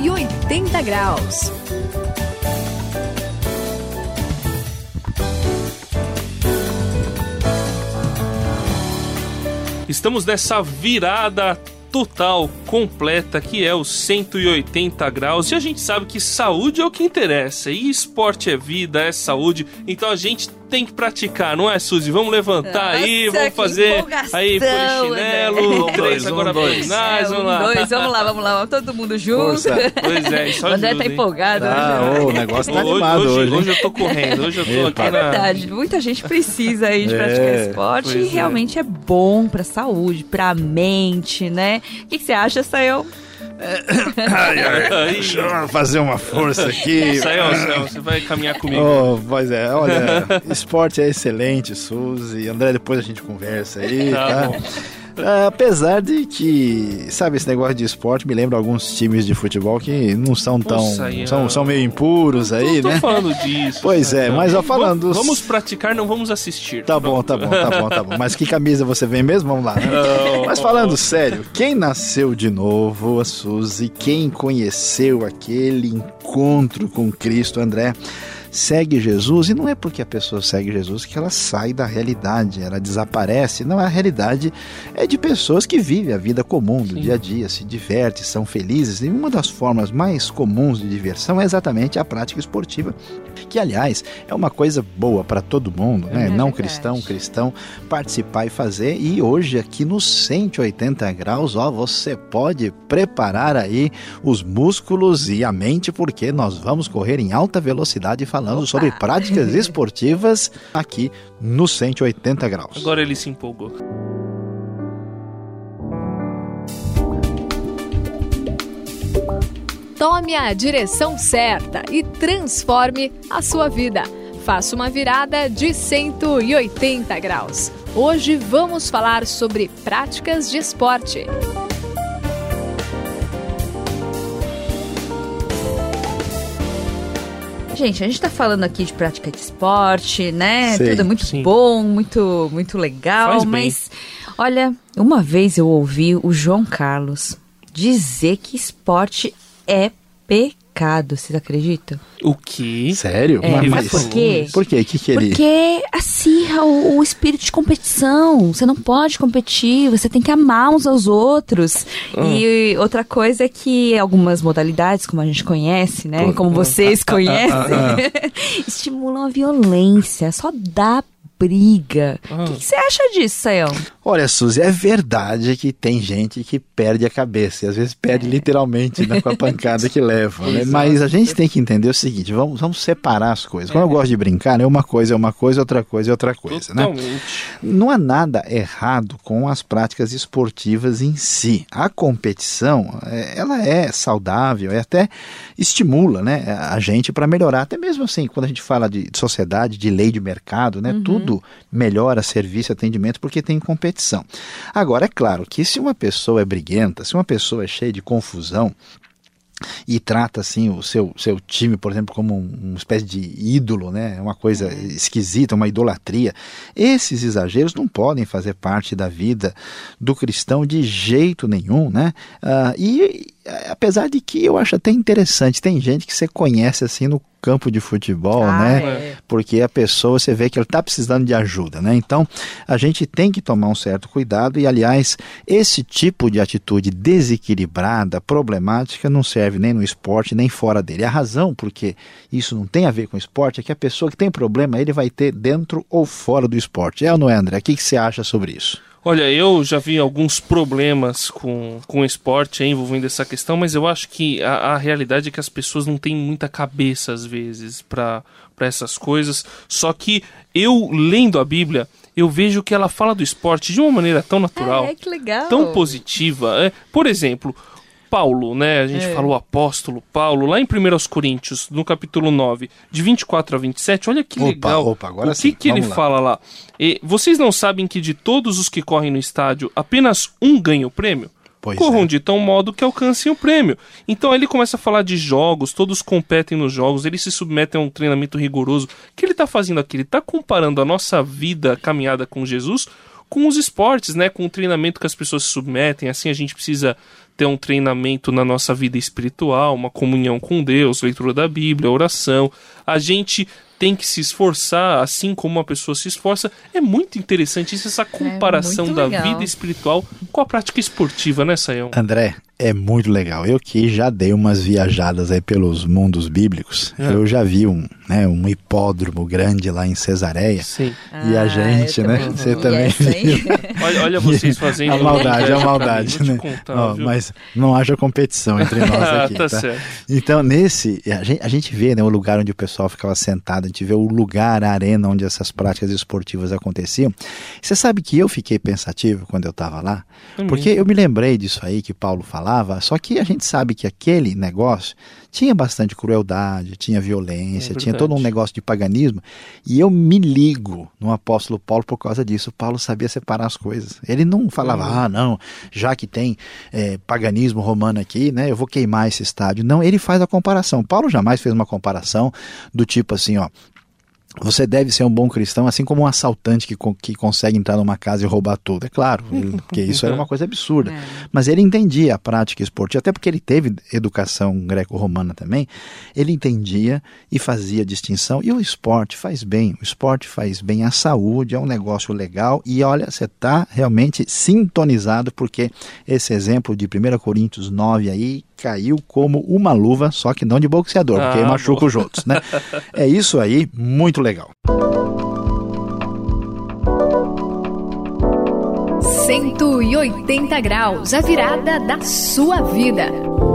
180 graus. Estamos nessa virada total, completa, que é o 180 graus. E a gente sabe que saúde é o que interessa. E esporte é vida, é saúde. Então a gente tem que praticar, não é, Suzy? Vamos levantar. Nossa, aí, vamos fazer aí polichinelo, 3 agora abdominais, vamos lá. Vamos lá, todo mundo junto. Força. Pois é, isso ajuda. O André tá empolgado hoje. O negócio tá animado hoje eu tô correndo, hoje eu tô aqui É verdade, muita gente precisa aí de praticar esporte e realmente é bom pra saúde, pra mente, né? O que você acha, Sayão? Deixa eu fazer uma força aqui. Sayão, você vai caminhar comigo. Pois é, olha, esporte é excelente, Suzy. André, depois a gente conversa aí, tá? Bom. Apesar de que, sabe, esse negócio de esporte me lembra alguns times de futebol que não são tão... São meio impuros aí, né? Tô falando disso. Pois é, mas falando... Vamos praticar, não vamos assistir. Tá bom. Mas que camisa você vem mesmo? Vamos lá, né? Mas falando sério, quem nasceu de novo, a Suzy, quem conheceu aquele encontro com Cristo, André, segue Jesus, e não é porque a pessoa segue Jesus que ela sai da realidade, ela desaparece. Não, a realidade é de pessoas que vivem a vida comum do dia a dia, se divertem, são felizes, e uma das formas mais comuns de diversão é exatamente a prática esportiva, que aliás é uma coisa boa para todo mundo, né? Não cristão, participar e fazer. E hoje aqui no 180 graus, você pode preparar aí os músculos e a mente, porque nós vamos correr em alta velocidade falando sobre práticas esportivas aqui no 180 graus. Agora ele se empolgou. Tome a direção certa e transforme a sua vida. Faça uma virada de 180 graus. Hoje vamos falar sobre práticas de esporte. Gente, a gente tá falando aqui de prática de esporte, né? Sim, tudo é muito bom, muito legal, mas olha, uma vez eu ouvi o João Carlos dizer que esporte é pecado, vocês acreditam? O quê? Sério? Mas por quê? Por quê? Que ele... Porque acirra o espírito de competição. Você não pode competir, você tem que amar uns aos outros. E outra coisa é que algumas modalidades, como a gente conhece, né? Como vocês conhecem, estimulam a violência. Só dá briga. O que você acha disso, Sayão? Olha, Suzy, é verdade que tem gente que perde a cabeça, e às vezes perde literalmente, né, com a pancada que leva, né? Mas a gente tem que entender o seguinte, vamos separar as coisas. Quando eu gosto de brincar, né, uma coisa é uma coisa, outra coisa é outra coisa, né? Não há nada errado com as práticas esportivas em si. A competição, ela é saudável, até estimula, né, a gente para melhorar. Até mesmo assim, quando a gente fala de sociedade, de lei de mercado, né, tudo melhora serviço e atendimento porque tem competição. Agora, é claro que se uma pessoa é briguenta, se uma pessoa é cheia de confusão e trata assim o seu time, por exemplo, como uma espécie de ídolo, né? Uma coisa esquisita, uma idolatria, esses exageros não podem fazer parte da vida do cristão de jeito nenhum, né? Apesar de que eu acho até interessante, tem gente que você conhece assim no campo de futebol, né? Porque a pessoa, você vê que ele está precisando de ajuda, né? Então, a gente tem que tomar um certo cuidado e, aliás, esse tipo de atitude desequilibrada, problemática, não serve nem no esporte, nem fora dele. A razão porque isso não tem a ver com esporte é que a pessoa que tem problema, ele vai ter dentro ou fora do esporte. É ou não é, André? O que você acha sobre isso? Olha, eu já vi alguns problemas com o esporte envolvendo essa questão, mas eu acho que a realidade é que as pessoas não têm muita cabeça, às vezes, para essas coisas. Só que eu, lendo a Bíblia, eu vejo que ela fala do esporte de uma maneira tão natural, que legal. Tão positiva. Por exemplo, Paulo, né? A gente falou o apóstolo Paulo, lá em 1 Coríntios, no capítulo 9, de 24 a 27, olha que legal. Agora o que ele fala lá? Vocês não sabem que de todos os que correm no estádio, apenas um ganha o prêmio? Corram de tal modo que alcancem o prêmio. Então ele começa a falar de jogos, todos competem nos jogos, eles se submetem a um treinamento rigoroso. O que ele está fazendo aqui? Ele está comparando a nossa vida, caminhada com Jesus, com os esportes, né? Com o treinamento que as pessoas se submetem. Assim, a gente precisa ter um treinamento na nossa vida espiritual, uma comunhão com Deus, leitura da Bíblia, oração. A gente tem que se esforçar, assim como uma pessoa se esforça. É muito interessante isso, essa comparação da vida espiritual com a prática esportiva, né, Sayão? André, é muito legal. Eu que já dei umas viajadas aí pelos mundos bíblicos, eu já vi um hipódromo grande lá em Cesareia. Sim. E a gente, né? Você também viu. Olha vocês fazendo... A maldade, né? Contar, mas não haja competição entre nós aqui, tá? Certo. Então, a gente vê, né, o lugar onde o pessoal ficava sentado, a gente vê o lugar, a arena onde essas práticas esportivas aconteciam. Você sabe que eu fiquei pensativo quando eu estava lá? Porque eu me lembrei disso aí que Paulo falava, só que a gente sabe que aquele negócio tinha bastante crueldade, tinha violência, tinha todo um negócio de paganismo, e eu me ligo no apóstolo Paulo por causa disso. Paulo sabia separar as coisas. Ele não falava, não, já que tem paganismo romano aqui, né, eu vou queimar esse estádio. Não, ele faz a comparação. Paulo jamais fez uma comparação do tipo assim, você deve ser um bom cristão, assim como um assaltante que consegue entrar numa casa e roubar tudo. É claro, porque isso era uma coisa absurda. Mas ele entendia a prática esportiva, até porque ele teve educação greco-romana também. Ele entendia e fazia distinção. E o esporte faz bem. O esporte faz bem à saúde, é um negócio legal. E olha, você está realmente sintonizado, porque esse exemplo de 1 Coríntios 9 aí caiu como uma luva, só que não de boxeador, porque aí machuca os outros, né? É isso aí, muito legal. 180 graus, a virada da sua vida.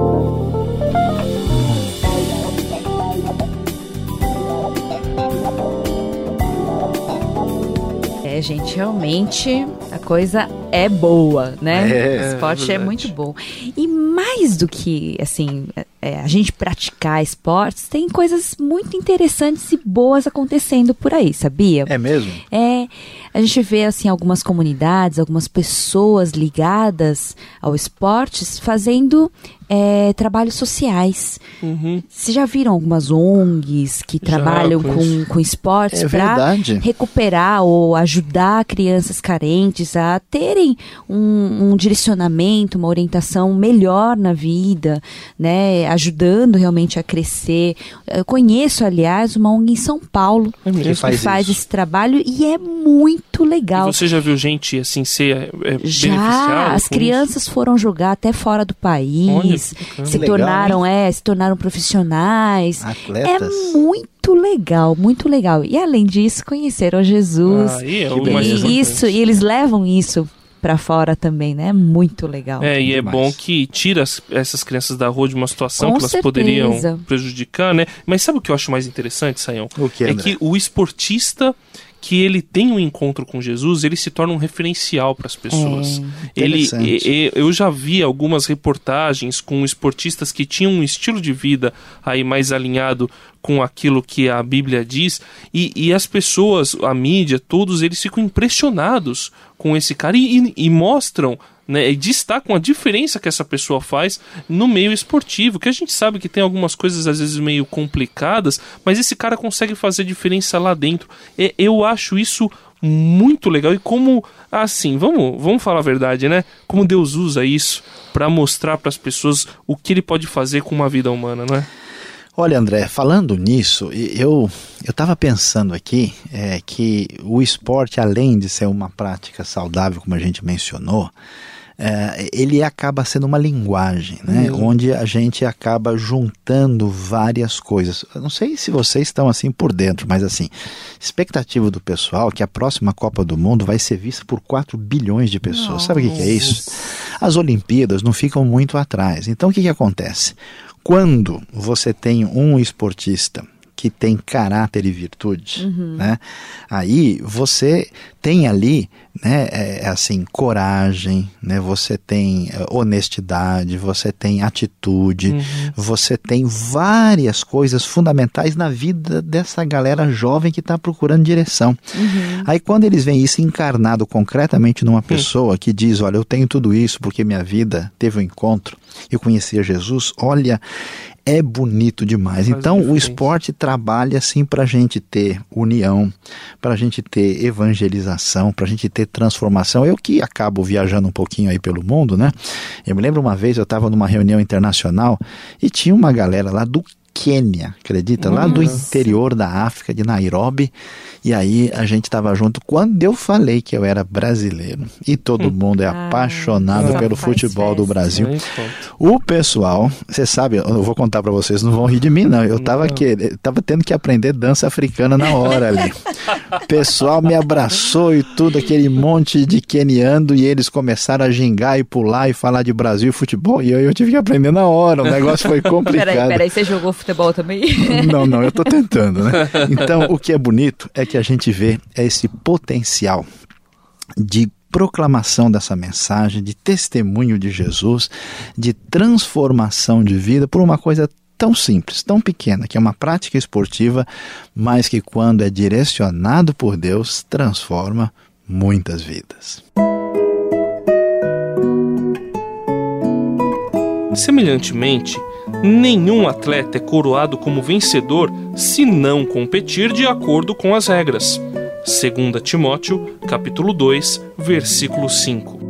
Gente, realmente a coisa é boa, né? O esporte é muito bom. E mais do que, assim, a gente praticar esportes, tem coisas muito interessantes e boas acontecendo por aí, sabia? É mesmo? A gente vê, assim, algumas comunidades, algumas pessoas ligadas ao esportes fazendo trabalhos sociais. Vocês já viram algumas ONGs que trabalham com esportes para recuperar ou ajudar crianças carentes a terem um direcionamento, uma orientação melhor na vida, né? Ajudando realmente a crescer. Eu conheço, aliás, uma ONG em São Paulo que faz esse trabalho e é muito legal. E você já viu gente assim ser já, beneficiada? As crianças foram jogar até fora do país. Se tornaram profissionais. Atletas. É muito legal, muito legal. E além disso, conheceram Jesus. E eles levam isso pra fora também, né? Muito legal. E é bom que tira essas crianças da rua de uma situação que elas poderiam prejudicar, né? Mas sabe o que eu acho mais interessante, Sayão? O que, André? É que o esportista que ele tem um encontro com Jesus, ele se torna um referencial para as pessoas. Eu já vi algumas reportagens com esportistas que tinham um estilo de vida aí mais alinhado com aquilo que a Bíblia diz, e as pessoas, a mídia, todos eles ficam impressionados com esse cara e mostram, né, e destacam a diferença que essa pessoa faz no meio esportivo, que a gente sabe que tem algumas coisas às vezes meio complicadas, mas esse cara consegue fazer diferença lá dentro. Eu acho isso muito legal. E como, assim, vamos falar a verdade, né? Como Deus usa isso para mostrar para as pessoas o que ele pode fazer com uma vida humana, não é? Olha, André, falando nisso, eu estava pensando aqui que o esporte, além de ser uma prática saudável, como a gente mencionou, ele acaba sendo uma linguagem, né? Onde a gente acaba juntando várias coisas. Eu não sei se vocês estão assim por dentro, mas assim, expectativa do pessoal é que a próxima Copa do Mundo vai ser vista por 4 bilhões de pessoas. Nossa. Sabe o que é isso? As Olimpíadas não ficam muito atrás. Então o que acontece? Quando você tem um esportista que tem caráter e virtude, né? Aí você tem ali, né, assim, coragem, né? Você tem honestidade, você tem atitude, você tem várias coisas fundamentais na vida dessa galera jovem que está procurando direção. Aí quando eles veem isso encarnado concretamente numa pessoa que diz, olha, eu tenho tudo isso porque minha vida teve um encontro, eu conheci a Jesus, olha, é bonito demais. Então o esporte traz trabalha assim para a gente ter união, para a gente ter evangelização, para a gente ter transformação. Eu que acabo viajando um pouquinho aí pelo mundo, né? Eu me lembro uma vez, eu estava numa reunião internacional e tinha uma galera lá do Quênia, acredita? Lá do interior da África, de Nairobi. E aí a gente estava junto quando eu falei que eu era brasileiro. E todo mundo é apaixonado pelo futebol do Brasil. O pessoal, você sabe, eu vou contar para vocês, não vão rir de mim não. Eu estava tendo que aprender dança africana na hora ali. O pessoal me abraçou e tudo, aquele monte de queniano, e eles começaram a gingar e pular e falar de Brasil e futebol. E eu tive que aprender na hora, o negócio foi complicado. Peraí, você jogou futebol também? Não, eu tô tentando, né? Então, o que é bonito é que a gente vê esse potencial de proclamação dessa mensagem, de testemunho de Jesus, de transformação de vida por uma coisa tão simples, tão pequena, que é uma prática esportiva, mas que quando é direcionado por Deus, transforma muitas vidas. Semelhantemente, nenhum atleta é coroado como vencedor se não competir de acordo com as regras. 2 Timóteo, capítulo 2, versículo 5.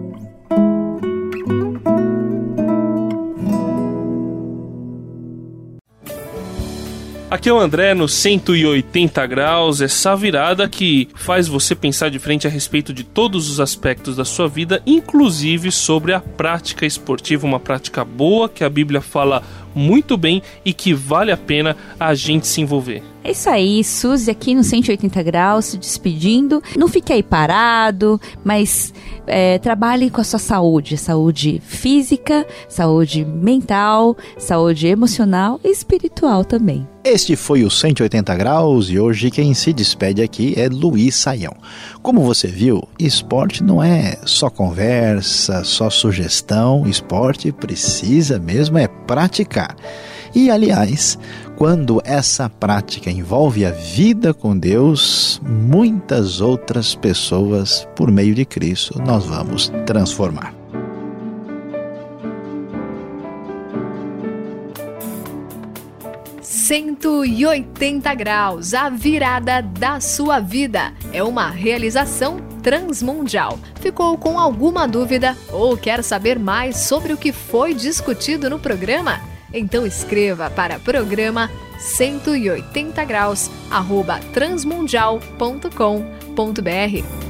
Aqui é o André no 180 graus, essa virada que faz você pensar de frente a respeito de todos os aspectos da sua vida, inclusive sobre a prática esportiva, uma prática boa que a Bíblia fala muito bem e que vale a pena a gente se envolver. É isso aí, Suzy aqui no 180 graus, se despedindo. Não fique aí parado, mas trabalhe com a sua saúde física, saúde mental, saúde emocional e espiritual também. Este foi o 180 graus e hoje quem se despede aqui é Luiz Saião. Como você viu, esporte não é só conversa, só sugestão, esporte precisa mesmo é praticar. E aliás, quando essa prática envolve a vida com Deus, muitas outras pessoas, por meio de Cristo, nós vamos transformar. "180 graus, a virada da sua vida" é uma realização transmundial. Ficou com alguma dúvida ou quer saber mais sobre o que foi discutido no programa? Então escreva para programa 180 graus @transmundial.com.br.